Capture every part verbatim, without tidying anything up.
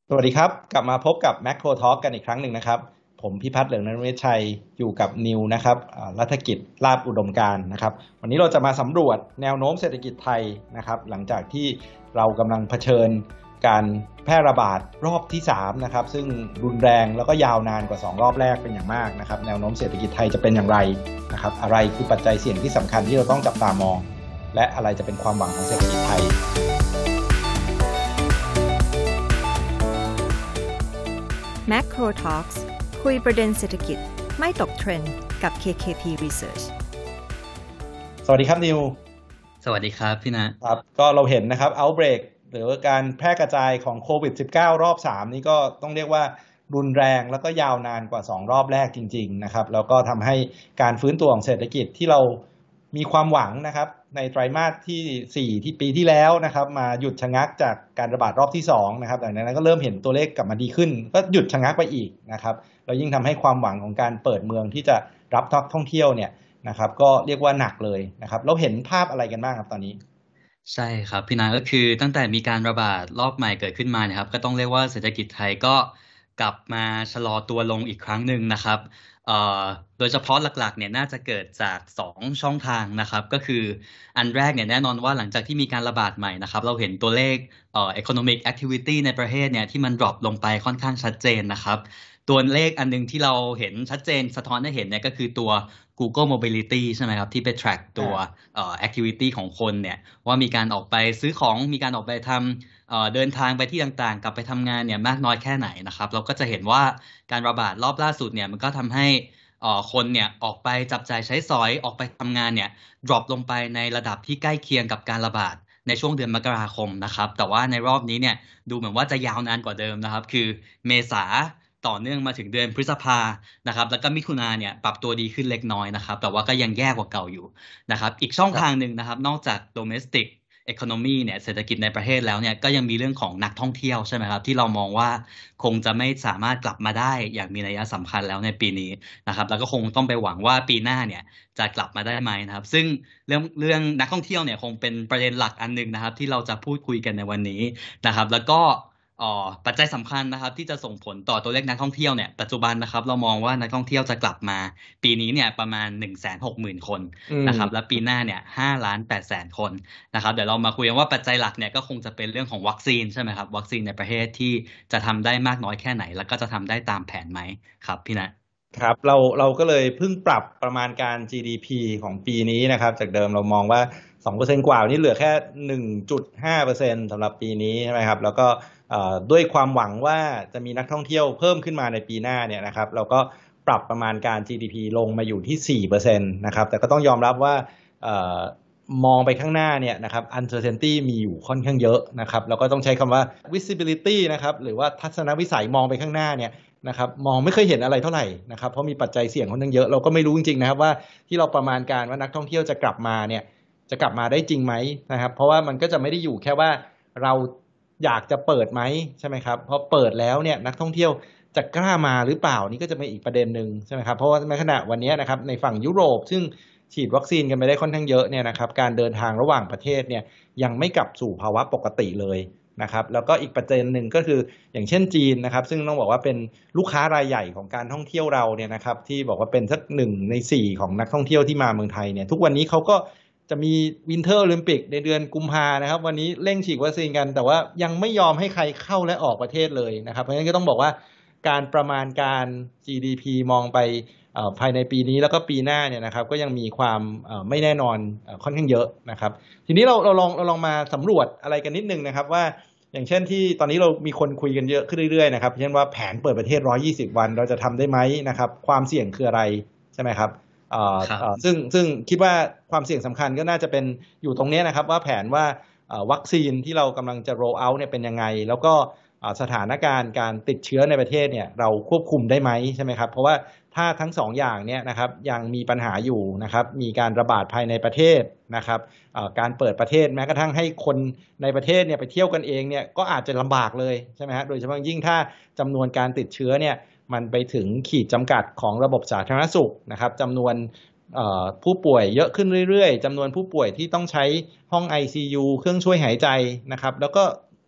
สวัสดีครับกลับมาพบกับ Macro Talk กันอีกครั้งหนึ่งนะครับผมพิพัฒน์เหลืองนฤชัยอยู่กับนิวนะครับอ่ารัฐกิจลาภอุดมการณ์นะครับวันนี้เราจะมาสำรวจแนวโน้มเศรษฐกิจไทยนะครับหลังจากที่เรากำลังเผชิญการแพร่ระบาดรอบที่สามนะครับซึ่งรุนแรงแล้วก็ยาวนานกว่าสองรอบแรกเป็นอย่างมากนะครับแนวโน้มเศรษฐกิจไทยจะเป็นอย่างไรนะครับอะไรคือปัจจัยเสี่ยงที่สำคัญที่เราต้องจับตามองและอะไรจะเป็นความหวังของเศรษฐกิจไทย Macro Talks คุยประเด็นเศรษฐกิจไม่ตกเทรนด์กับ เค เค พี Research สวัสดีครับนิวสวัสดีครับพี่นะครับก็เราเห็นนะครับ outbreak หรือการแพร่กระจายของโควิด สิบเก้า รอบสามนี่ก็ต้องเรียกว่ารุนแรงแล้วก็ยาวนานกว่าสองรอบแรกจริงๆนะครับแล้วก็ทำให้การฟื้นตัวของเศรษฐกิจที่เรามีความหวังนะครับในไตรมาสที่สี่ที่ปีที่แล้วนะครับมาหยุดชะงักจากการระบาดรอบที่สองนะครับหลังจากนั้นก็เริ่มเห็นตัวเลขกลับมาดีขึ้นก็หยุดชะงักไปอีกนะครับแล้วยิ่งทำให้ความหวังของการเปิดเมืองที่จะรับนักท่องเที่ยวเนี่ยนะครับก็เรียกว่าหนักเลยนะครับเราเห็นภาพอะไรกันบ้างครับตอนนี้ใช่ครับพี่นาก็คือตั้งแต่มีการระบาดรอบใหม่เกิดขึ้นมาเนี่ยครับก็ต้องเรียกว่าเศรษฐกิจไทยก็กลับมาชะลอตัวลงอีกครั้งหนึ่งนะครับเอ่อโดยเฉพาะหลักๆเนี่ยน่าจะเกิดจากสองช่องทางนะครับก็คืออันแรกเนี่ยแน่นอนว่าหลังจากที่มีการระบาดใหม่นะครับเราเห็นตัวเลขเอ่อ economic activity ในประเทศเนี่ยที่มัน drop ลงไปค่อนข้างชัดเจนนะครับตัวเลขอันนึงที่เราเห็นชัดเจนสะท้อนให้เห็นเนี่ยก็คือตัว Google Mobility ใช่ไหมครับที่ไป track ตัวเอ่อ activity ของคนเนี่ยว่ามีการออกไปซื้อของมีการออกไปทำเอ่อเดินทางไปที่ต่างๆกลับไปทำงานเนี่ยมากน้อยแค่ไหนนะครับเราก็จะเห็นว่าการระบาดรอบล่าสุดเนี่ยมันก็ทำให้เอ่อคนเนี่ยออกไปจับจ่ายใช้สอยออกไปทำงานเนี่ย drop ลงไปในระดับที่ใกล้เคียงกับการระบาดในช่วงเดือนมกราคมนะครับแต่ว่าในรอบนี้เนี่ยดูเหมือนว่าจะยาวนานกว่าเดิมนะครับคือเมษาต่อเนื่องมาถึงเดือนพฤษภานะครับแล้วก็มิถุนาเนี่ยปรับตัวดีขึ้นเล็กน้อยนะครับแต่ว่าก็ยังแย่กว่าเก่าอยู่นะครับอีกช่องทางหนึ่งนะครับนอกจาก domestic economy เนี่ยเศรษฐกิจในประเทศแล้วเนี่ยก็ยังมีเรื่องของนักท่องเที่ยวใช่ไหมครับที่เรามองว่าคงจะไม่สามารถกลับมาได้อย่างมีนัยสำคัญแล้วในปีนี้นะครับแล้วก็คงต้องไปหวังว่าปีหน้าเนี่ยจะกลับมาได้ไหมนะครับซึ่งเรื่องเรื่องนักท่องเที่ยวเนี่ยคงเป็นประเด็นหลักอันนึงนะครับที่เราจะพูดคุยกันในวันนี้นะครับแล้วก็อ๋อปัจจัยสำคัญนะครับที่จะส่งผลต่อตัวเลขนักท่องเที่ยวเนี่ยปัจจุบันนะครับเรามองว่านักท่องเที่ยวจะกลับมาปีนี้เนี่ยประมาณ หนึ่งแสนหกหมื่น คนนะครับและปีหน้าเนี่ยห้าล้านแปดแสนคนนะครับเดี๋ยวเรามาคุยกันว่าปัจจัยหลักเนี่ยก็คงจะเป็นเรื่องของวัคซีนใช่ไหมครับวัคซีนในประเทศที่จะทำได้มากน้อยแค่ไหนแล้วก็จะทำได้ตามแผนไหมครับพี่นะครับเราเราก็เลยเพิ่งปรับประมาณการ จี ดี พี ของปีนี้นะครับจากเดิมเรามองว่า สองเปอร์เซ็นต์ กว่านี่เหลือแค่ หนึ่งจุดห้าเปอร์เซ็นต์ สำหรับปีนี้ใช่ไหมครับแล้วก็ด้วยความหวังว่าจะมีนักท่องเที่ยวเพิ่มขึ้นมาในปีหน้าเนี่ยนะครับเราก็ปรับประมาณการ จี ดี พี ลงมาอยู่ที่ สี่เปอร์เซ็นต์ นะครับแต่ก็ต้องยอมรับว่ามองไปข้างหน้าเนี่ยนะครับ uncertainty มีอยู่ค่อนข้างเยอะนะครับแล้วก็ต้องใช้คำว่า visibility นะครับหรือว่าทัศนวิสัยมองไปข้างหน้าเนี่ยนะครับมองไม่เคยเห็นอะไรเท่าไหร่นะครับเพราะมีปัจจัยเสี่ยงค่อนข้างเยอะเราก็ไม่รู้จริงๆนะครับว่าที่เราประมาณการว่านักท่องเที่ยวจะกลับมาเนี่ยจะกลับมาได้จริงไหมนะครับเพราะว่ามันก็จะไม่ได้อยู่แค่ว่าเราอยากจะเปิดไหมใช่ไหมครับพอเปิดแล้วเนี่ยนักท่องเที่ยวจะกล้ามาหรือเปล่านี่ก็จะเป็นอีกประเด็นหนึ่งใช่ไหมครับเพราะว่าในขณะวันนี้นะครับในฝั่งยุโรปซึ่งฉีดวัคซีนกันไปได้ค่อนข้างเยอะเนี่ยนะครับการเดินทางระหว่างประเทศเนี่ยยังไม่กลับสู่ภาวะปกติเลยนะครับแล้วก็อีกประเด็นหนึ่งก็คืออย่างเช่นจีนนะครับซึ่งต้องบอกว่าเป็นลูกค้ารายใหญ่ของการท่องเที่ยวเราเนี่ยนะครับที่บอกว่าเป็นสักหนึ่งในสี่ของนักท่องเที่ยวที่มาเมืองไทยเนี่ยทุกวันนี้เขาก็จะมีวินเทอร์โอลิมปิกในเดือนกุมภานะครับวันนี้เร่งฉีดวัคซีนกันแต่ว่ายังไม่ยอมให้ใครเข้าและออกประเทศเลยนะครับเพราะฉะนั้นก็ต้องบอกว่าการประมาณการ จี ดี พี มองไปภายในปีนี้แล้วก็ปีหน้าเนี่ยนะครับก็ยังมีความไม่แน่นอนค่อนข้างเยอะนะครับทีนี้เราเราลองเราลองมาสำรวจอะไรกันนิดนึงนะครับว่าอย่างเช่นที่ตอนนี้เรามีคนคุยกันเยอะขึ้นเรื่อยๆนะครับเช่นว่าแผนเปิดประเทศหนึ่งร้อยยี่สิบวันเราจะทำได้ไหมนะครับความเสี่ยงคืออะไรใช่ไหมครับซึ่งซึ่งคิดว่าความเสี่ยงสำคัญก็น่าจะเป็นอยู่ตรงนี้นะครับว่าแผนว่าวัคซีนที่เรากำลังจะ roll out เนี่ยเป็นยังไงแล้วก็สถานการณ์การติดเชื้อในประเทศเนี่ยเราควบคุมได้ไหมใช่ไหมครับเพราะว่าถ้าทั้งสองอย่างเนี่ยนะครับยังมีปัญหาอยู่นะครับมีการระบาดภายในประเทศนะครับการเปิดประเทศแม้กระทั่งให้คนในประเทศเนี่ยไปเที่ยวกันเองเนี่ยก็อาจจะลำบากเลยใช่ไหมฮะโดยเฉพาะยิ่งถ้าจำนวนการติดเชื้อเนี่ยมันไปถึงขีดจำกัดของระบบสาธารณสุขนะครับจำนวนผู้ป่วยเยอะขึ้นเรื่อยๆจำนวนผู้ป่วยที่ต้องใช้ห้อง ไอ ซี ยู เครื่องช่วยหายใจนะครับแล้วก็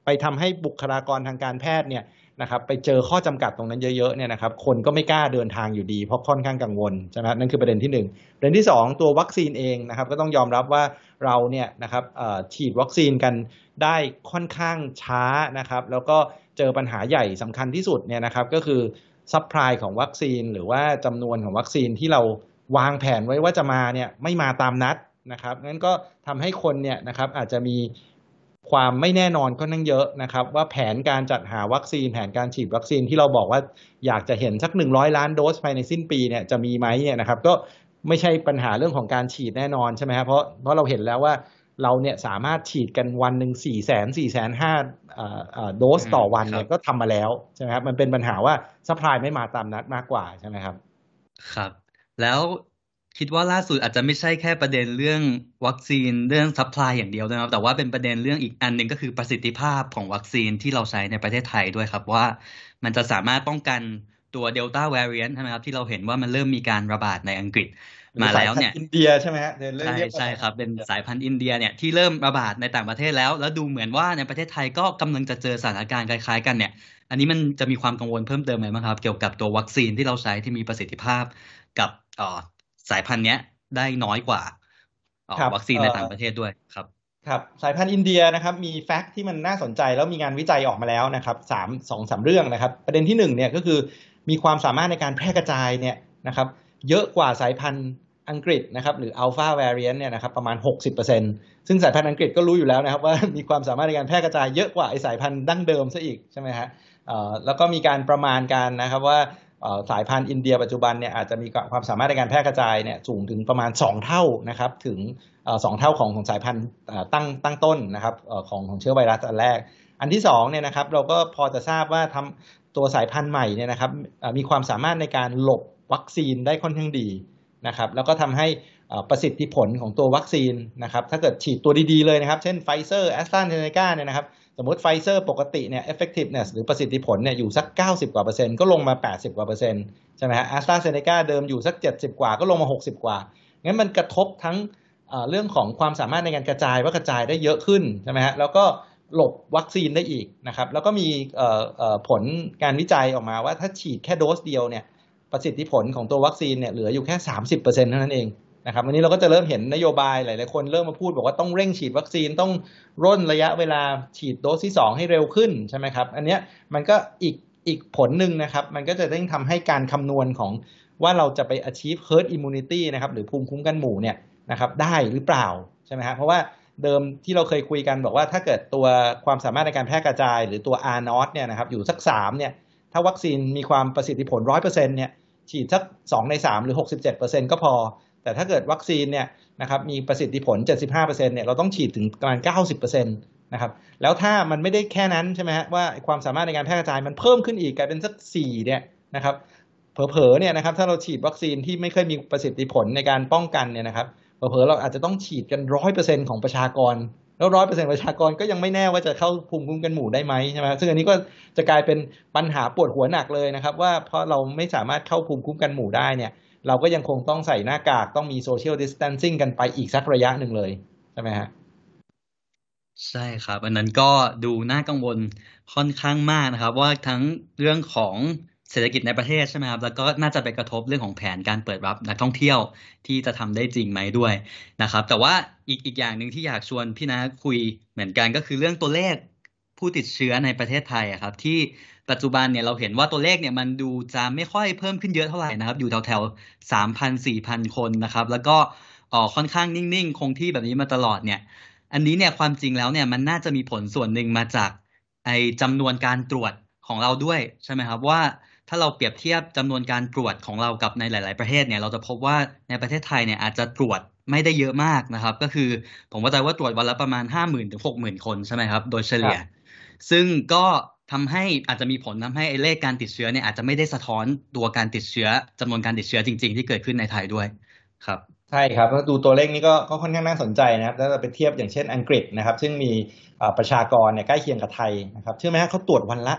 ไปทำให้บุคลากรทางการแพทย์เนี่ยนะครับไปเจอข้อจำกัดตรงนั้นเยอะๆเนี่ยนะครับคนก็ไม่กล้าเดินทางอยู่ดีเพราะค่อนข้างกังวลใช่ไหมครับนั่นคือประเด็นที่หนึ่งประเด็นที่สองตัววัคซีนเองนะครับก็ต้องยอมรับว่าเราเนี่ยนะครับฉีดวัคซีนกันได้ค่อนข้างช้านะครับแล้วก็เจอปัญหาใหญ่สำคัญที่สุดเนี่ยนะครับก็คือซัพพลายของวัคซีนหรือว่าจำนวนของวัคซีนที่เราวางแผนไว้ว่าจะมาเนี่ยไม่มาตามนัดนะครับงั้นก็ทำให้คนเนี่ยนะครับอาจจะมีความไม่แน่นอนก็นั่งเยอะนะครับว่าแผนการจัดหาวัคซีนแผนการฉีดวัคซีนที่เราบอกว่าอยากจะเห็นสักหนึ่งร้อยล้านโดสภายในสิ้นปีเนี่ยจะมีไหมเนี่ยนะครับก็ไม่ใช่ปัญหาเรื่องของการฉีดแน่นอนใช่ไหมครับเพราะเพราะเราเห็นแล้วว่าเราเนี่ยสามารถฉีดกันวันหนึ่งสี่แสนสี่แสนห้าโดสต่อวันเนี่ยก็ทำมาแล้วใช่ไหมครับมันเป็นปัญหาว่าซัพพลายไม่มาตามนัดมากกว่าใช่ไหมครับครับแล้วคิดว่าล่าสุดอาจจะไม่ใช่แค่ประเด็นเรื่องวัคซีนเรื่องซัพพลายอย่างเดียวนะครับแต่ว่าเป็นประเด็นเรื่องอีกอันหนึ่งก็คือประสิทธิภาพของวัคซีนที่เราใช้ในประเทศไทยด้วยครับว่ามันจะสามารถป้องกันตัวเดลต้าแวริแอนต์ใช่ไหมครับที่เราเห็นว่ามันเริ่มมีการระบาดในอังกฤษมาแล้วเนี่ยอินเดียใช่ไหมฮะใช่ใช่ครับเป็นสายพันธุ์อินเดียเนี่ยที่เริ่มระบาดในต่างประเทศแล้วแล้วดูเหมือนว่าในประเทศไทยก็กำลังจะเจอสถานการณ์คล้ายๆกันเนี่ยอันนี้มันจะมีความกังวลเพิ่มเติมไหมบ้างครับเกี่ยวกับตัววัคซีนที่เราใช้ที่มีประสิทธิภาพกับอ่อสายพันธุ์เนี้ยได้น้อยกว่าอ่อวัคซีนในต่างประเทศด้วยครับครับสายพันธุ์อินเดียนะครับมีแฟกต์ที่มันน่าสนใจแล้วมีงานวิจัยออกมาแล้วนะครับสามสองสามเรื่องนะครับประเด็นที่หนึ่งเนี่ยก็คือมีความสามารถในการแพร่กระจายเนี่ยนะครับเยอะกว่าสายพันธุ์อังกฤษนะครับหรืออัลฟาแวริแอนต์เนี่ยนะครับประมาณ หกสิบเปอร์เซ็นต์ ซึ่งสายพันธุ์อังกฤษก็รู้อยู่แล้วนะครับว่ามีความสามารถในการแพร่กระจายเยอะกว่าไอสายพันธุ์ดั้งเดิมซะอีกใช่ไหมฮะแล้วก็มีการประมาณกันนะครับว่าสายพันธุ์อินเดียปัจจุบันเนี่ยอาจจะมีความสามารถในการแพร่กระจายเนี่ยสูงถึงประมาณสองเท่านะครับถึงสองเท่าของของสายพันธุ์ตั้งตั้งต้นนะครับของของเชื้อไวรัสอันแรกอันที่สองเนี่ยนะครับเราก็พอจะทราบว่าทำตัวสายพันธุ์ใหม่เนี่ยนะครับมีความสามารถในการหลบวัคซีนได้ค่อนข้างดีนะครับแล้วก็ทำให้ประสิทธิผลของตัววัคซีนนะครับถ้าเกิดฉีดตัวดีๆเลยนะครับเช่นไฟเซอร์แอสตราเซเนกาเนี่ยนะครับสมมติไฟเซอร์ปกติเนี่ย effectiveness หรือประสิทธิผลเนี่ยอยู่สักเก้าสิบกว่าเปอร์เซ็นต์ก็ลงมาแปดสิบกว่าเปอร์เซ็นต์ใช่ไหมฮะแอสตราเซเนกาเดิมอยู่สักเจ็ดสิบกว่าก็ลงมาหกสิบกว่างั้นมันกระทบทั้งเรื่องของความสามารถในการกระจายว่ากระจายได้เยอะขึ้นใช่ไหมฮะแล้วก็หลบวัคซีนได้อีกนะครับแล้วก็มีผลการวิจัยออกมาว่าถ้าฉีดแค่โดสเดียวเนี่ยประสิทธิผลของตัววัคซีนเนี่ยเหลืออยู่แค่ สามสิบเปอร์เซ็นต์ เท่านั้นเองนะครับวันนี้เราก็จะเริ่มเห็นนโยบายหลายๆคนเริ่มมาพูดบอกว่าต้องเร่งฉีดวัคซีนต้องร่นระยะเวลาฉีดโดสที่สองให้เร็วขึ้นใช่ไหมครับอันเนี้ยมันก็อีกอีกผลหนึ่งนะครับมันก็จะต้องทำให้การคำนวณของว่าเราจะไป achieve herd immunity นะครับหรือภูมิคุ้มกันหมู่เนี่ยนะครับได้หรือเปล่าใช่ไหมฮะเพราะว่าเดิมที่เราเคยคุยกันบอกว่าถ้าเกิดตัวความสามารถในการแพร่กระจายหรือตัว อาร์ ศูนย์ เนี่ยนะครับอยู่สักสามเนี่ยถ้าวัคซีนมีความประสิทธิผล หนึ่งร้อยเปอร์เซ็นต์ เนี่ยฉีดสักสองในสามหรือ หกสิบเจ็ดเปอร์เซ็นต์ ก็พอแต่ถ้าเกิดวัคซีนเนี่ยนะครับมีประสิทธิผล เจ็ดสิบห้าเปอร์เซ็นต์ เนี่ยเราต้องฉีดถึงประมาณ เก้าสิบเปอร์เซ็นต์ นะครับแล้วถ้ามันไม่ได้แค่นั้นใช่ไหมฮะว่าความสามารถในการแพร่กระจายมันเพิ่มขึ้นอีกกลายเป็นสักสี่เนี่ยนะครับเผลอๆเนี่ยนะครับถ้าเราฉีดวัคซีนที่ไม่เคยมีประสิทธิผลในการป้องกันเนี่ยนะครับเผลอๆเราอาจจะต้องฉีดกัน หนึ่งร้อยเปอร์เซ็นต์ ของประชากรแล้ว หนึ่งร้อยเปอร์เซ็นต์ ประชากรก็ยังไม่แน่ว่าจะเข้าภูมิคุ้มกันหมู่ได้ไหมใช่ไหมซึ่งอันนี้ก็จะกลายเป็นปัญหาปวดหัวหนักเลยนะครับว่าเพราะเราไม่สามารถเข้าภูมิคุ้มกันหมู่ได้เนี่ยเราก็ยังคงต้องใส่หน้ากากต้องมี social distancing กันไปอีกสักระยะหนึ่งเลยใช่ไหมฮะใช่ครับอันนั้นก็ดูน่ากังวลค่อนข้างมากนะครับว่าทั้งเรื่องของเศรษฐกิจในประเทศใช่ไหมครับแล้วก็น่าจะไปกระทบเรื่องของแผนการเปิดรับนักท่องเที่ยวที่จะทำได้จริงไหมด้วยนะครับแต่ว่าอีกอีกอย่างหนึ่งที่อยากชวนพี่นะคุยเหมือนกันก็คือเรื่องตัวเลขผู้ติดเชื้อในประเทศไทยอะครับที่ปัจจุบันเนี่ยเราเห็นว่าตัวเลขเนี่ยมันดูจะไม่ค่อยเพิ่มขึ้นเยอะเท่าไหร่นะครับอยู่แถวๆ สามพัน สี่พัน คนนะครับแล้วก็เอ่อค่อนข้างนิ่งๆคงที่แบบนี้มาตลอดเนี่ยอันนี้เนี่ยความจริงแล้วเนี่ยมันน่าจะมีผลส่วนหนึ่งมาจากไอ้จำนวนการตรวจของเราด้วยใช่ไหมครับว่าถ้าเราเปรียบเทียบจำนวนการตรวจของเรากับในหลายๆประเทศเนี่ยเราจะพบว่าในประเทศไทยเนี่ยอาจจะตรวจไม่ได้เยอะมากนะครับก็คือผมเข้าใจว่าตรวจวันละประมาณ ห้าหมื่น ถึง หกหมื่น คนใช่ไหมครับโดยเฉลี่ยซึ่งก็ทำให้อาจจะมีผลทำให้ไอ้เลขการติดเชื้อเนี่ยอาจจะไม่ได้สะท้อนตัวการติดเชื้อจำนวนการติดเชื้อจริงๆที่เกิดขึ้นในไทยด้วยครับใช่ครับถ้าดูตัวเลขนี้ก็ก็ค่อนข้างน่าสนใจนะครับถ้าเราไปเทียบอย่างเช่นอังกฤษนะครับซึ่งมีประชากรเนี่ยใกล้เคียงกับไทยนะครับเชื่อไหมฮะเขาตรวจวันละ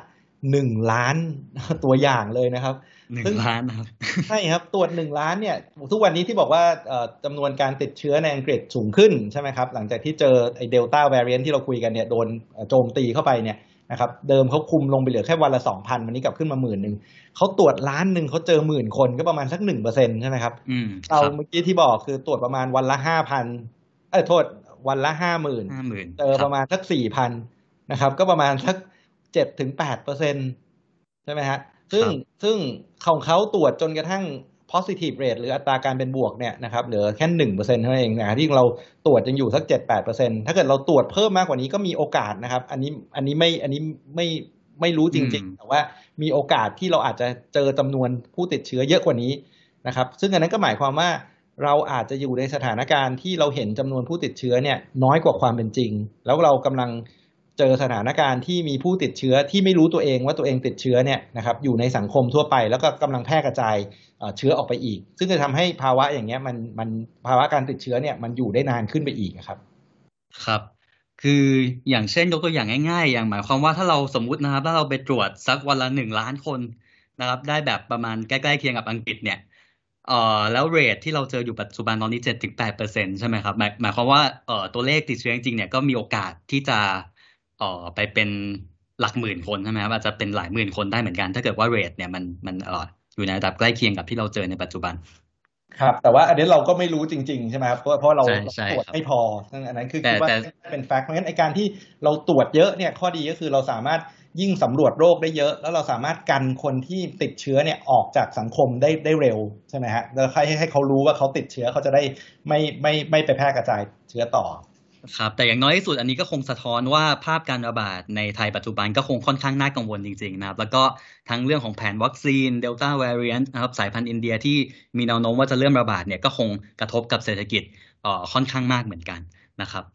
หนึ่งล้านตัวอย่างเลยนะครับหนึ่งซึ่งล้านนะครับใช่ครับตรวจหนึ่งล้านเนี่ยทุกวันนี้ที่บอกว่าเอ่อจำนวนการติดเชื้อในอังกฤษสูงขึ้นใช่ไหมครับหลังจากที่เจอไอ้เดลต้าแวริเอนท์ที่เราคุยกันเนี่ยโดนโจมตีเข้าไปเนี่ยนะครับเดิมเขาคุมลงไปเหลือแค่วันละ สองพัน วันนี้กลับขึ้นมาหมื่นหนึ่งเขาตรวจล้านหนึ่งเขาเจอหมื่นคนก็ประมาณสัก หนึ่งเปอร์เซ็นต์ ใช่ไหมครับอืมเราครับเมื่อกี้ที่บอกคือตรวจประมาณวันละ ห้าพัน เอ้ยโทษวันละ ห้าหมื่นห้าหมื่นเจอครับประมาณสัก สี่พัน นะครับก็ประมาณสัก เจ็ดถึงแปดเปอร์เซ็นต์ใช่ไหมฮะซึ่งครับซึ่งของเขาตรวจจนกระทั่ง positive rate หรืออัตราการเป็นบวกเนี่ยนะครับเหลือแค่ หนึ่งเปอร์เซ็นต์ เท่านั้นเองนะที่เราตรวจยังอยู่สัก เจ็ดถึงแปดเปอร์เซ็นต์ ถ้าเกิดเราตรวจเพิ่มมากกว่านี้ก็มีโอกาสนะครับอันนี้อันนี้ไม่อันนี้ไม่ไม่รู้จอืริงมๆแต่ว่ามีโอกาสที่เราอาจจะเจอจำนวนผู้ติดเชื้อเยอะกว่านี้นะครับซึ่งอันนั้นก็หมายความว่าเราอาจจะอยู่ในสถานการณ์ที่เราเห็นจำนวนผู้ติดเชื้อเนี่ยน้อยกว่าความเป็นจริงแล้วเรากำลังเจอสถานการณ์ที่มีผู้ติดเชื้อที่ไม่รู้ตัวเองว่าตัวเองติดเชื้อเนี่ยนะครับอยู่ในสังคมทั่วไปแล้วก็กำลังแพร่กระจายเชื้อออกไปอีกซึ่งจะทำให้ภาวะอย่างเงี้ยมันมันภาวะการติดเชื้อเนี่ยมันอยู่ได้นานขึ้นไปอีกครับครับคืออย่างเช่นยกตัวอย่างง่ายๆอย่างหมายความว่าถ้าเราสมมุตินะครับถ้าเราไปตรวจสักวันละหนึ่งล้านคนนะครับได้แบบประมาณใกล้ๆเคียงกับอังกฤษเนี่ยเอ่อแล้วเรทที่เราเจออยู่ปัจจุบันตอนนี้ เจ็ดถึงแปดเปอร์เซ็นต์ ใช่ไหมครับหมายหมายความว่าเอ่อตัวเลขติดเชื้อจริงๆเนี่ยก็มีโอกาสที่จะเอ่อไปเป็นหลักหมื่นคนใช่ไหมครับอาจจะเป็นหลายหมื่นคนได้เหมือนกันถ้าเกิดว่าเรทเนี่ยมันมันเอ่ออยู่ในระดับใกล้เคียงกับที่เราเจอในปัจจุบันครับแต่ว่าอันนี้เราก็ไม่รู้จริงๆใช่ไหมครับเพราะเพราะเราใช่เราใช่ตรวจครับไม่พอซึ่งอันนั้นคือแต่คิดว่าแต่เป็นแฟกต์เพราะงั้นไอการที่เราตรวจเยอะเนี่ยข้อดีก็คือเราสามารถยิ่งสำรวจโรคได้เยอะแล้วเราสามารถกันคนที่ติดเชื้อเนี่ยออกจากสังคมได้ได้เร็วใช่ไหมฮะแล้วให้ให้เขารู้ว่าเขาติดเชื้อเขาจะได้ไม่ไม่ไม่ไปแพร่กระจายเชื้อต่อครับแต่อย่างน้อยที่สุดอันนี้ก็คงสะท้อนว่าภาพการระบาดในไทยปัจจุบันก็คงค่อนข้างน่ากังวลจริงๆนะครับแล้วก็ทั้งเรื่องของแผนวัคซีนเดลต้าแวริแอนต์นะครับสายพันธุ์อินเดียที่มีแนวโน้มว่าจะเริ่มระบาดเนี่ยก็คงกระทบกับเศรษฐกิจเอ่อค่อนข้างมากเหมือนกันนะครับ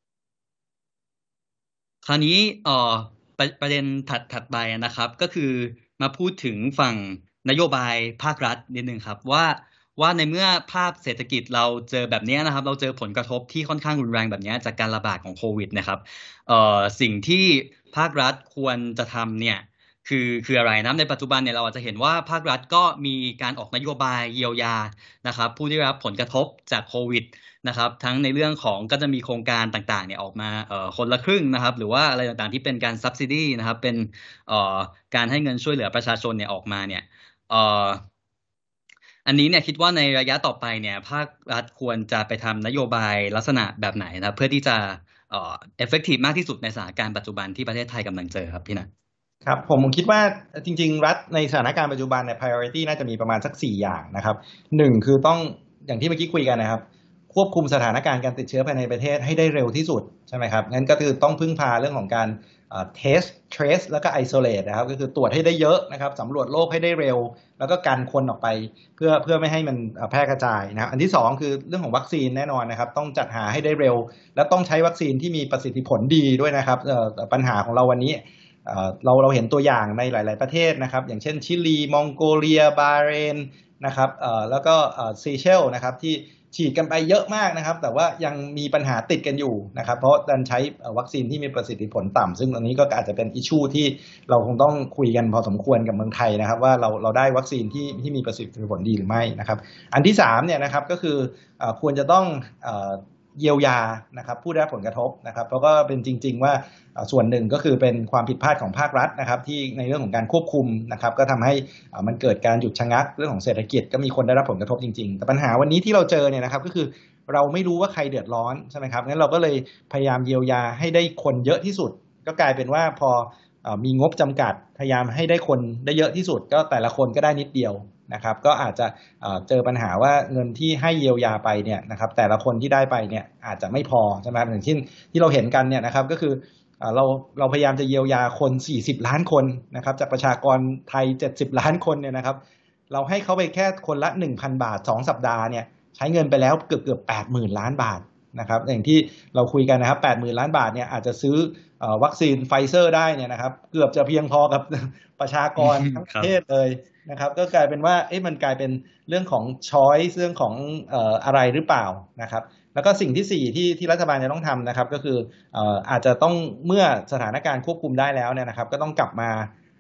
คราวนี้เอ่อประประเด็นถัดถัดไปนะครับก็คือมาพูดถึงฝั่งนโยบายภาครัฐนิดนึงครับว่าว่าในเมื่อภาพเศรษฐกิจเราเจอแบบนี้นะครับเราเจอผลกระทบที่ค่อนข้างรุนแรงแบบนี้จากการระบาดของโควิดนะครับเอ่อสิ่งที่ภาครัฐควรจะทำเนี่ยคือคืออะไรนะในปัจจุบันเนี่ยเราอาจจะเห็นว่าภาครัฐก็มีการออกนโยบายเยียวยานะครับผู้ที่ได้รับผลกระทบจากโควิดนะครับทั้งในเรื่องของก็จะมีโครงการต่างๆเนี่ยออกมาเอ่อคนละครึ่งนะครับหรือว่าอะไรต่างๆที่เป็นการ subsidy นะครับเป็นเอ่อการให้เงินช่วยเหลือประชาชนเนี่ยออกมาเนี่ยเอ่ออันนี้เนี่ยคิดว่าในระยะต่อไปเนี่ยภาครัฐควรจะไปทำนโยบายลักษณะแบบไหนนะครับเพื่อที่จะเอ่อ effective มากที่สุดในสถานการณ์ปัจจุบันที่ประเทศไทยกำลังเจอครับพี่นะครับผมคิดว่าจริงๆรัฐในสถานการณ์ปัจจุบันเนี่ย priority น่าจะมีประมาณสักสี่อย่างนะครับหนึ่งคือต้องอย่างที่เมื่อกี้คุยกันนะครับควบคุมสถานการณ์การติดเชื้อภายในประเทศให้ได้เร็วที่สุดใช่ไหมครับงั้นก็คือต้องพึ่งพาเรื่องของการ test trace แล้วก็ isolate นะครับก็คือตรวจให้ได้เยอะนะครับสำรวจโรคให้ได้เร็วแล้วก็กันคนออกไปเพื่อเพื่อไม่ให้มันแพร่กระจายนะครับอันที่สองคือเรื่องของวัคซีนแน่นอนนะครับต้องจัดหาให้ได้เร็วและต้องใช้วัคซีนที่มีประสิทธิผลดีด้วยนะครับปัญหาของเราวันนี้เราเราเห็นตัวอย่างในหลายๆประเทศนะครับอย่างเช่นชิลีมองโกเลียบาห์เรนนะครับแล้วก็ซีเชลนะครับที่ฉีดกันไปเยอะมากนะครับแต่ว่ายังมีปัญหาติดกันอยู่นะครับเพราะดันใช้วัคซีนที่มีประสิทธิผลต่ำซึ่งตรงนี้ก็อาจจะเป็นอิชชูที่เราคงต้องคุยกันพอสมควรกับเมืองไทยนะครับว่าเราเราได้วัคซีนที่ที่มีประสิทธิผลดีหรือไม่นะครับอันที่สามเนี่ยนะครับก็คือควรจะต้องเยียวยานะครับผู้ได้รับผลกระทบนะครับเพราะก็เป็นจริงๆว่าส่วนหนึ่งก็คือเป็นความผิดพลาดของภาครัฐนะครับที่ในเรื่องของการควบคุมนะครับก็ทำให้มันเกิดการหยุดชะงักเรื่องของเศรษฐกิจก็มีคนได้รับผลกระทบจริงๆแต่ปัญหาวันนี้ที่เราเจอเนี่ยนะครับก็คือเราไม่รู้ว่าใครเดือดร้อนใช่ไหมครับงั้นเราก็เลยพยายามเยียวยาให้ได้คนเยอะที่สุดก็กลายเป็นว่าพอมีงบจำกัดพยายามให้ได้คนได้เยอะที่สุดก็แต่ละคนก็ได้นิดเดียวนะครับก็อาจจะเจอปัญหาว่าเงินที่ให้เยียวยาไปเนี่ยนะครับแต่ละคนที่ได้ไปเนี่ยอาจจะไม่พอใช่ไหมอย่างเช่นที่เราเห็นกันเนี่ยนะครับก็คือเราเราพยายามจะเยียวยาคนสี่สิบล้านคนนะครับจากประชากรไทยเจ็ดสิบล้านคนเนี่ยนะครับเราให้เขาไปแค่คนละ หนึ่งพัน บาทสองสัปดาห์เนี่ยใช้เงินไปแล้วเกือบเกือบ แปดหมื่น ล้านบาทนะครับอย่างที่เราคุยกันนะครับ แปดหมื่น ล้านบาทเนี่ยอาจจะซื้อวัคซีนไฟเซอร์ได้เนี่ยนะครับเกือบจะเพียงพอกับประชากรทั้งประเทศเลยนะครับก็กลายเป็นว่าเอ๊ะมันกลายเป็นเรื่องของ choice เรื่องของเอ่ออะไรหรือเปล่านะครับแล้วก็สิ่งที่สี่ที่ที่รัฐบาลจะต้องทำนะครับก็คือเอ่ออาจจะต้องเมื่อสถานการณ์ควบคุมได้แล้วเนี่ยนะครับก็ต้องกลับมา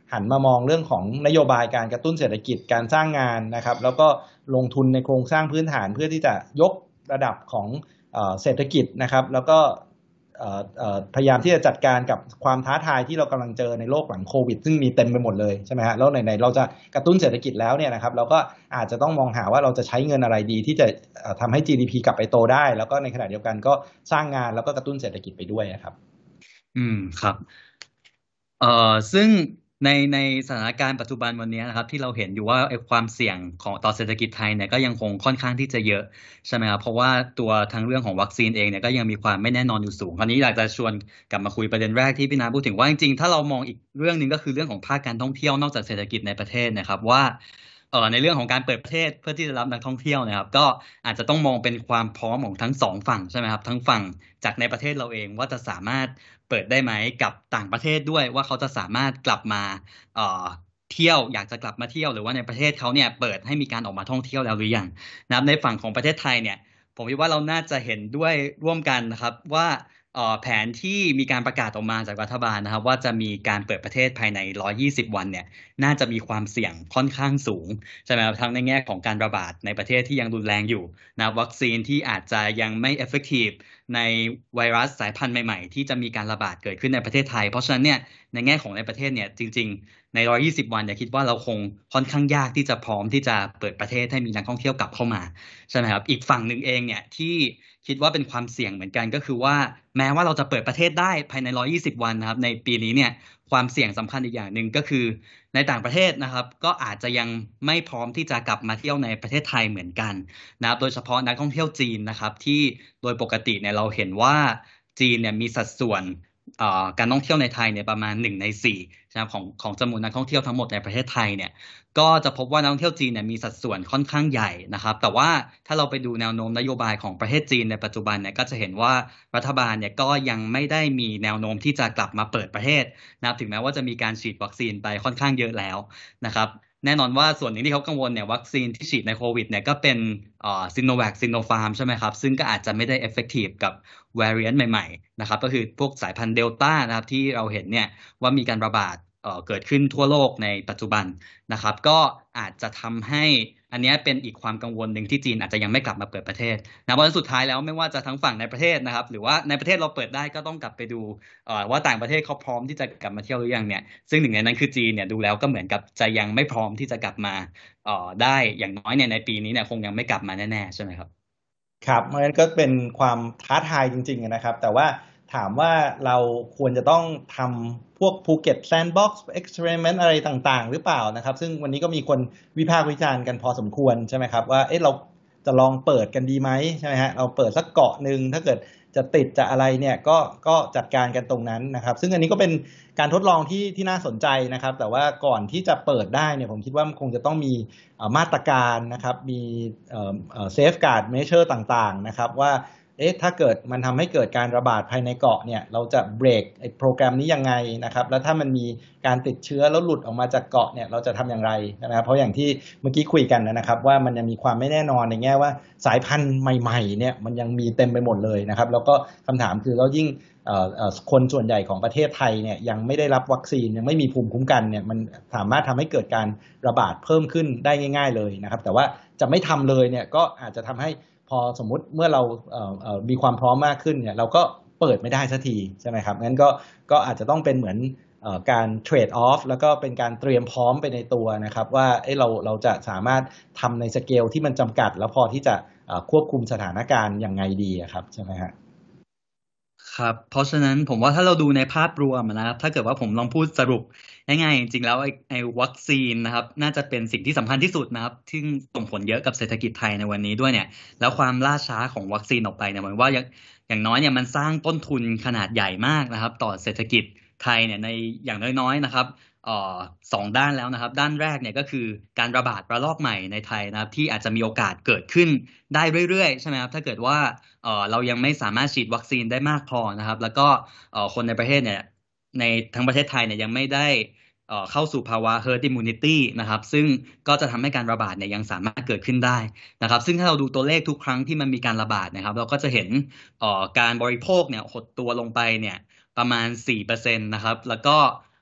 หันมามองเรื่องของนโยบายการกระตุ้นเศรษฐกิจการสร้างงานนะครับแล้วก็ลงทุนในโครงสร้างพื้นฐานเพื่อที่จะยกระดับของเอ่อเศรษฐกิจนะครับแล้วก็เอ่อเอ่อพยายามที่จะจัดการกับความท้าทายที่เรากำลังเจอในโลกหลังโควิดซึ่งมีเต็มไปหมดเลยใช่ไหมฮะแล้วไหนๆเราจะกระตุ้นเศรษฐกิจแล้วเนี่ยนะครับเราก็อาจจะต้องมองหาว่าเราจะใช้เงินอะไรดีที่จะเอ่อทำให้ จี ดี พี กลับไปโตได้แล้วก็ในขณะเดียวกันก็สร้างงานแล้วก็กระตุ้นเศรษฐกิจไปด้วยนะครับอืมครับเอ่อซึ่งในในสถานการณ์ปัจจุบันวันนี้นะครับที่เราเห็นอยู่ว่าไอ้ความเสี่ยงของต่อเศรษฐกิจไทยเนี่ยก็ยังคงค่อนข้างที่จะเยอะใช่ไหมครับเพราะว่าตัวทั้งเรื่องของวัคซีนเองเนี่ยก็ยังมีความไม่แน่นอนอยู่สูงคราวนี้อยากจะชวนกลับมาคุยประเด็นแรกที่พี่นาพูดถึงว่าจริงๆถ้าเรามองอีกเรื่องหนึ่งก็คือเรื่องของภาคการท่องเที่ยวนอกจากเศรษฐกิจในประเทศนะครับว่าเอ่อในเรื่องของการเปิดประเทศเพื่อที่จะรับนักท่องเที่ยวนะครับก็อาจจะต้องมองเป็นความพร้อมของทั้งสองฝั่งใช่ไหมครับทั้งฝั่งจากในประเทศเราเองว่าจะสามารถเปิดได้ไหมกับต่างประเทศด้วยว่าเขาจะสามารถกลับมาเอ่อเที่ยวอยากจะกลับมาเที่ยวหรือว่าในประเทศเขาเนี่ยเปิดให้มีการออกมาท่องเที่ยวแล้วหรือยังนะครับในฝั่งของประเทศไทยเนี่ยผมคิดว่าเราน่าจะเห็นด้วยร่วมกันนะครับว่าเอ่อแผนที่มีการประกาศออกมาจากรัฐบาลนะครับว่าจะมีการเปิดประเทศภายในหนึ่งร้อยยี่สิบวันเนี่ยน่าจะมีความเสี่ยงค่อนข้างสูงใช่ไหมครับทั้งในแง่ของการระบาดในประเทศที่ยังรุนแรงอยู่นะวัคซีนที่อาจจะยังไม่ effective ในไวรัสสายพันธุ์ใหม่ๆที่จะมีการระบาดเกิดขึ้นในประเทศไทยเพราะฉะนั้นเนี่ยในแง่ของในประเทศเนี่ยจริงๆในหนึ่งร้อยยี่สิบวันเนี่ยคิดว่าเราคงค่อนข้างยากที่จะพร้อมที่จะเปิดประเทศให้มีนักท่องเที่ยวกลับเข้ามาใช่ไหมครับอีกฝั่งหนึ่งเองเนี่ยที่คิดว่าเป็นความเสี่ยงเหมือนกันก็คือว่าแม้ว่าเราจะเปิดประเทศได้ภายในหนึ่งร้อยยี่สิบวันนะครับในปีนี้เนี่ยความเสี่ยงสำคัญอีกอย่างหนึ่งก็คือในต่างประเทศนะครับก็อาจจะยังไม่พร้อมที่จะกลับมาเที่ยวในประเทศไทยเหมือนกันนะครับโดยเฉพาะนักท่องเที่ยวจีนนะครับที่โดยปกติเนี่ยเราเห็นว่าจีนเนี่ยมีสัดส่วนเอ่อการท่องเที่ยวในไทยเนี่ยประมาณหนึ่งในสี่นะครับของของจำนวนนักท่องเที่ยวทั้งหมดในประเทศไทยเนี่ยก็จะพบว่านักท่องเที่ยวจีนเนี่ยมีสัดส่วนค่อนข้างใหญ่นะครับแต่ว่าถ้าเราไปดูแนวโน้มนโยบายของประเทศจีนในปัจจุบันเนี่ยก็จะเห็นว่ารัฐบาลเนี่ยก็ยังไม่ได้มีแนวโน้มที่จะกลับมาเปิดประเทศนะครับถึงแม้ว่าจะมีการฉีดวัคซีนไปค่อนข้างเยอะแล้วนะครับแน่นอนว่าส่วนหนึ่งที่เขากังวลเนี่ยวัคซีนที่ฉีดในโควิดเนี่ยก็เป็นเอ่อซิโนแวคซิโนฟาร์มใช่ไหมครับซึ่งก็อาจจะไม่ได้ effective กับ variant ใหม่ๆนะครับก็คือพวกสายพันธุ์เดลต้านะครับที่เราเห็นเนี่ยว่ามีการระบาดเอ่อเกิดขึ้นทั่วโลกในปัจจุบันนะครับก็อาจจะทำให้อันนี้เป็นอีกความกังวลหนึ่งที่จีนอาจจะยังไม่กลับมาเปิดประเทศนะเพราะสุดท้ายแล้วไม่ว่าจะทั้งฝั่งในประเทศนะครับหรือว่าในประเทศเราเปิดได้ก็ต้องกลับไปดูเอ่อว่าต่างประเทศเขาพร้อมที่จะกลับมาเที่ยวหรือยังเนี่ยซึ่งหนึ่งในนั้นคือจีนเนี่ยดูแล้วก็เหมือนกับจะยังไม่พร้อมที่จะกลับมาเอ่อได้อย่างน้อยเนี่ยในปีนี้เนี่ยคงยังไม่กลับมาแน่ๆใช่ไหมครับครับเพราะฉะนั้นก็เป็นความท้าทายจริงๆนะครับแต่ว่าถามว่าเราควรจะต้องทำพวกภูเก็ตแซนด์บ็อกซ์เอ็กซ์เพร์เมนต์อะไรต่างๆหรือเปล่านะครับซึ่งวันนี้ก็มีคนวิพากษ์วิจารณ์กันพอสมควรใช่ไหมครับว่าเอ๊ะเราจะลองเปิดกันดีไหมใช่ไหมฮะเราเปิดสักเกาะหนึ่งถ้าเกิดจะติดจะอะไรเนี่ยก็ก็จัดการกันตรงนั้นนะครับซึ่งอันนี้ก็เป็นการทดลองที่ที่น่าสนใจนะครับแต่ว่าก่อนที่จะเปิดได้เนี่ยผมคิดว่ามันคงจะต้องมีมาตรการนะครับมีเซฟการ์ดเมเชอร์ต่างๆนะครับว่าเอ๊ะถ้าเกิดมันทำให้เกิดการระบาดภายในเกาะเนี่ยเราจะเบรกไอ้โปรแกรมนี้ยังไงนะครับแล้วถ้ามันมีการติดเชื้อแล้วหลุดออกมาจากเกาะเนี่ยเราจะทำอย่างไรนะครับเพราะอย่างที่เมื่อกี้คุยกันนะครับว่ามันยังมีความไม่แน่นอนในแง่ว่าสายพันธุ์ใหม่ๆเนี่ยมันยังมีเต็มไปหมดเลยนะครับแล้วก็คำถามคือแล้วยิ่งคนส่วนใหญ่ของประเทศไทยเนี่ยยังไม่ได้รับวัคซีนยังไม่มีภูมิคุ้มกันเนี่ยมันสามารถทำให้เกิดการระบาดเพิ่มขึ้นได้ง่ายๆเลยนะครับแต่ว่าจะไม่ทำเลยเนี่ยก็อาจจะทำให้พอสมมุติเมื่อเราเอ่อเอ่อมีความพร้อมมากขึ้นเนี่ยเราก็เปิดไม่ได้สักทีใช่ไหมครับงั้นก็ก็อาจจะต้องเป็นเหมือนเอ่อการเทรดออฟแล้วก็เป็นการเตรียมพร้อมไปในตัวนะครับว่าเอ้เราเราจะสามารถทำในสเกลที่มันจำกัดแล้วพอที่จะควบคุมสถานการณ์ยังไงดีครับใช่ไหมฮะครับเพราะฉะนั้นผมว่าถ้าเราดูในภาพรวมนะครับถ้าเกิดว่าผมลองพูดสรุปง่ายๆจริงๆแล้วไอ้ไอ้วัคซีนนะครับน่าจะเป็นสิ่งที่สำคัญที่สุดนะครับที่ส่งผลเยอะกับเศรษฐกิจไทยในวันนี้ด้วยเนี่ยแล้วความล่าช้าของวัคซีนออกไปเนี่ยผมว่าอย่างอย่างน้อยเนี่ยมันสร้างต้นทุนขนาดใหญ่มากนะครับต่อเศรษฐกิจไทยเนี่ยในอย่างน้อยๆนะครับเอ่อสองด้านแล้วนะครับด้านแรกเนี่ยก็คือการระบาดระลอกใหม่ในไทยนะครับที่อาจจะมีโอกาสเกิดขึ้นได้เรื่อยๆใช่ไหมครับถ้าเกิดว่าเอ่อเรายังไม่สามารถฉีดวัคซีนได้มากพอนะครับแล้วก็เอ่อคนในประเทศเนี่ยในทั้งประเทศไทยเนี่ยยังไม่ได้เอ่อเข้าสู่ภาวะ herd immunity นะครับซึ่งก็จะทำให้การระบาดเนี่ยยังสามารถเกิดขึ้นได้นะครับซึ่งถ้าเราดูตัวเลขทุกครั้งที่มันมีการระบาดนะครับเราก็จะเห็นเอ่อการบริโภคเนี่ยหดตัวลงไปเนี่ยประมาณ สี่เปอร์เซ็นต์ นะครับแล้วก็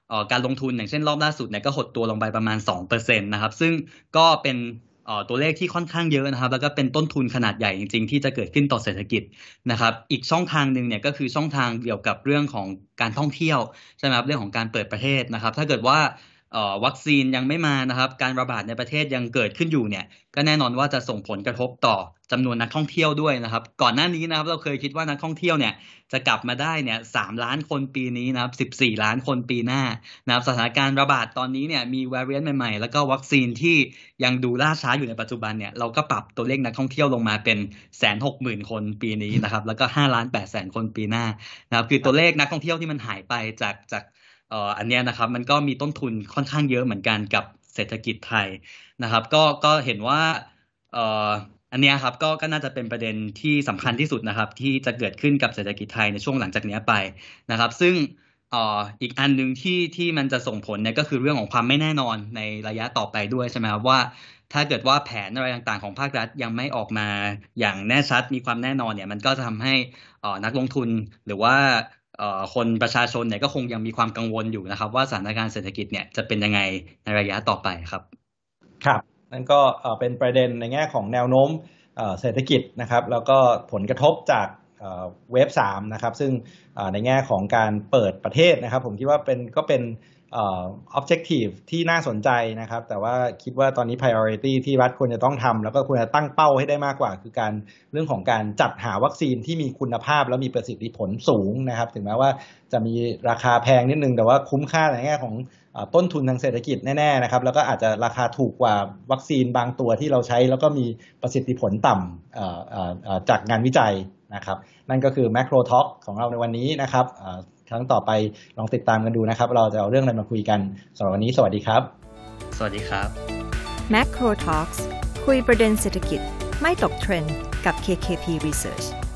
เอ่อการลงทุนอย่างเช่นรอบล่าสุดเนี่ยก็หดตัวลงไปประมาณ สองเปอร์เซ็นต์ นะครับซึ่งก็เป็นเอ่อตัวเลขที่ค่อนข้างเยอะนะครับแล้วก็เป็นต้นทุนขนาดใหญ่จริงๆที่จะเกิดขึ้นต่อเศรษฐกิจนะครับอีกช่องทางนึงเนี่ยก็คือช่องทางเกี่ยวกับเรื่องของการท่องเที่ยวใช่ไหมครับเรื่องของการเปิดประเทศนะครับถ้าเกิดว่าเอ่อวัคซีนยังไม่มานะครับการระบาดในประเทศยังเกิดขึ้นอยู่เนี่ยก็แน่นอนว่าจะส่งผลกระทบต่อจำนวนนักท่องเที่ยวด้วยนะครับก่อนหน้านี้นะครับเราเคยคิดว่านักท่องเที่ยวเนี่ยจะกลับมาได้เนี่ยสามล้านคนปีนี้นะครับสิบสี่ล้านคนปีหน้านะครับสถานการณ์ระบาดตอนนี้เนี่ยมี variant ใหม่ๆแล้วก็วัคซีนที่ยังดูล่าช้าอยู่ในปัจจุบันเนี่ยเราก็ปรับตัวเลขนักท่องเที่ยวลงมาเป็นแสนหกหมื่นคนปีนี้นะครับแล้วก็ห้าล้านแปดแสนคนปีหน้านะครับคือตัวเลขนักท่องเที่ยวที่มันหายไปจากจากเอ่ออันเนี้ยนะครับมันก็มีต้นทุนค่อนข้างเยอะเหมือนกันกับเศรษฐกิจไทยนะครับก็ก็เห็นว่าเอ่ออันเนี้ยครับก็ก็น่าจะเป็นประเด็นที่สำคัญที่สุดนะครับที่จะเกิดขึ้นกับเศรษฐกิจไทยในช่วงหลังจากนี้ไปนะครับซึ่งเอ่ออีกอันนึงที่ที่มันจะส่งผลเนี่ยก็คือเรื่องของความไม่แน่นอนในระยะต่อไปด้วยใช่ไหมครับว่าถ้าเกิดว่าแผนอะไรต่างๆของภาครัฐยังไม่ออกมาอย่างแน่ชัดมีความแน่นอนเนี่ยมันก็จะทำให้เอ่อนักลงทุนหรือว่าเอ่อคนประชาชนเนี่ยก็คงยังมีความกังวลอยู่นะครับว่าสถานการณ์เศรษฐกิจเนี่ยจะเป็นยังไงในระยะต่อไปครับครับนั่นก็เป็นประเด็นในแง่ของแนวโน้มเศรษฐกิจนะครับแล้วก็ผลกระทบจากเวฟสามนะครับซึ่งในแง่ของการเปิดประเทศนะครับผมคิดว่าเป็นก็เป็นเอ่อ objective ที่น่าสนใจนะครับแต่ว่าคิดว่าตอนนี้ priority ที่รัฐควรจะต้องทำแล้วก็ควรจะตั้งเป้าให้ได้มากกว่าคือการเรื่องของการจัดหาวัคซีนที่มีคุณภาพและมีประสิทธิผลสูงนะครับถึงแม้ว่าจะมีราคาแพงนิดนึงแต่ว่าคุ้มค่าในแง่ของต้นทุนทางเศรษฐกิจแน่ๆนะครับแล้วก็อาจจะราคาถูกกว่าวัคซีนบางตัวที่เราใช้แล้วก็มีประสิทธิผลต่ำจากงานวิจัยนะครับนั่นก็คือ Macro Talk ของเราในวันนี้นะครับครั้งต่อไปลองติดตามกันดูนะครับเราจะเอาเรื่องอะไรมาคุยกันสำหรับวันนี้สวัสดีครับสวัสดีครับ Macro Talks คุยประเด็นเศรษฐกิจไม่ตกเทรนด์กับ เค เค พี Research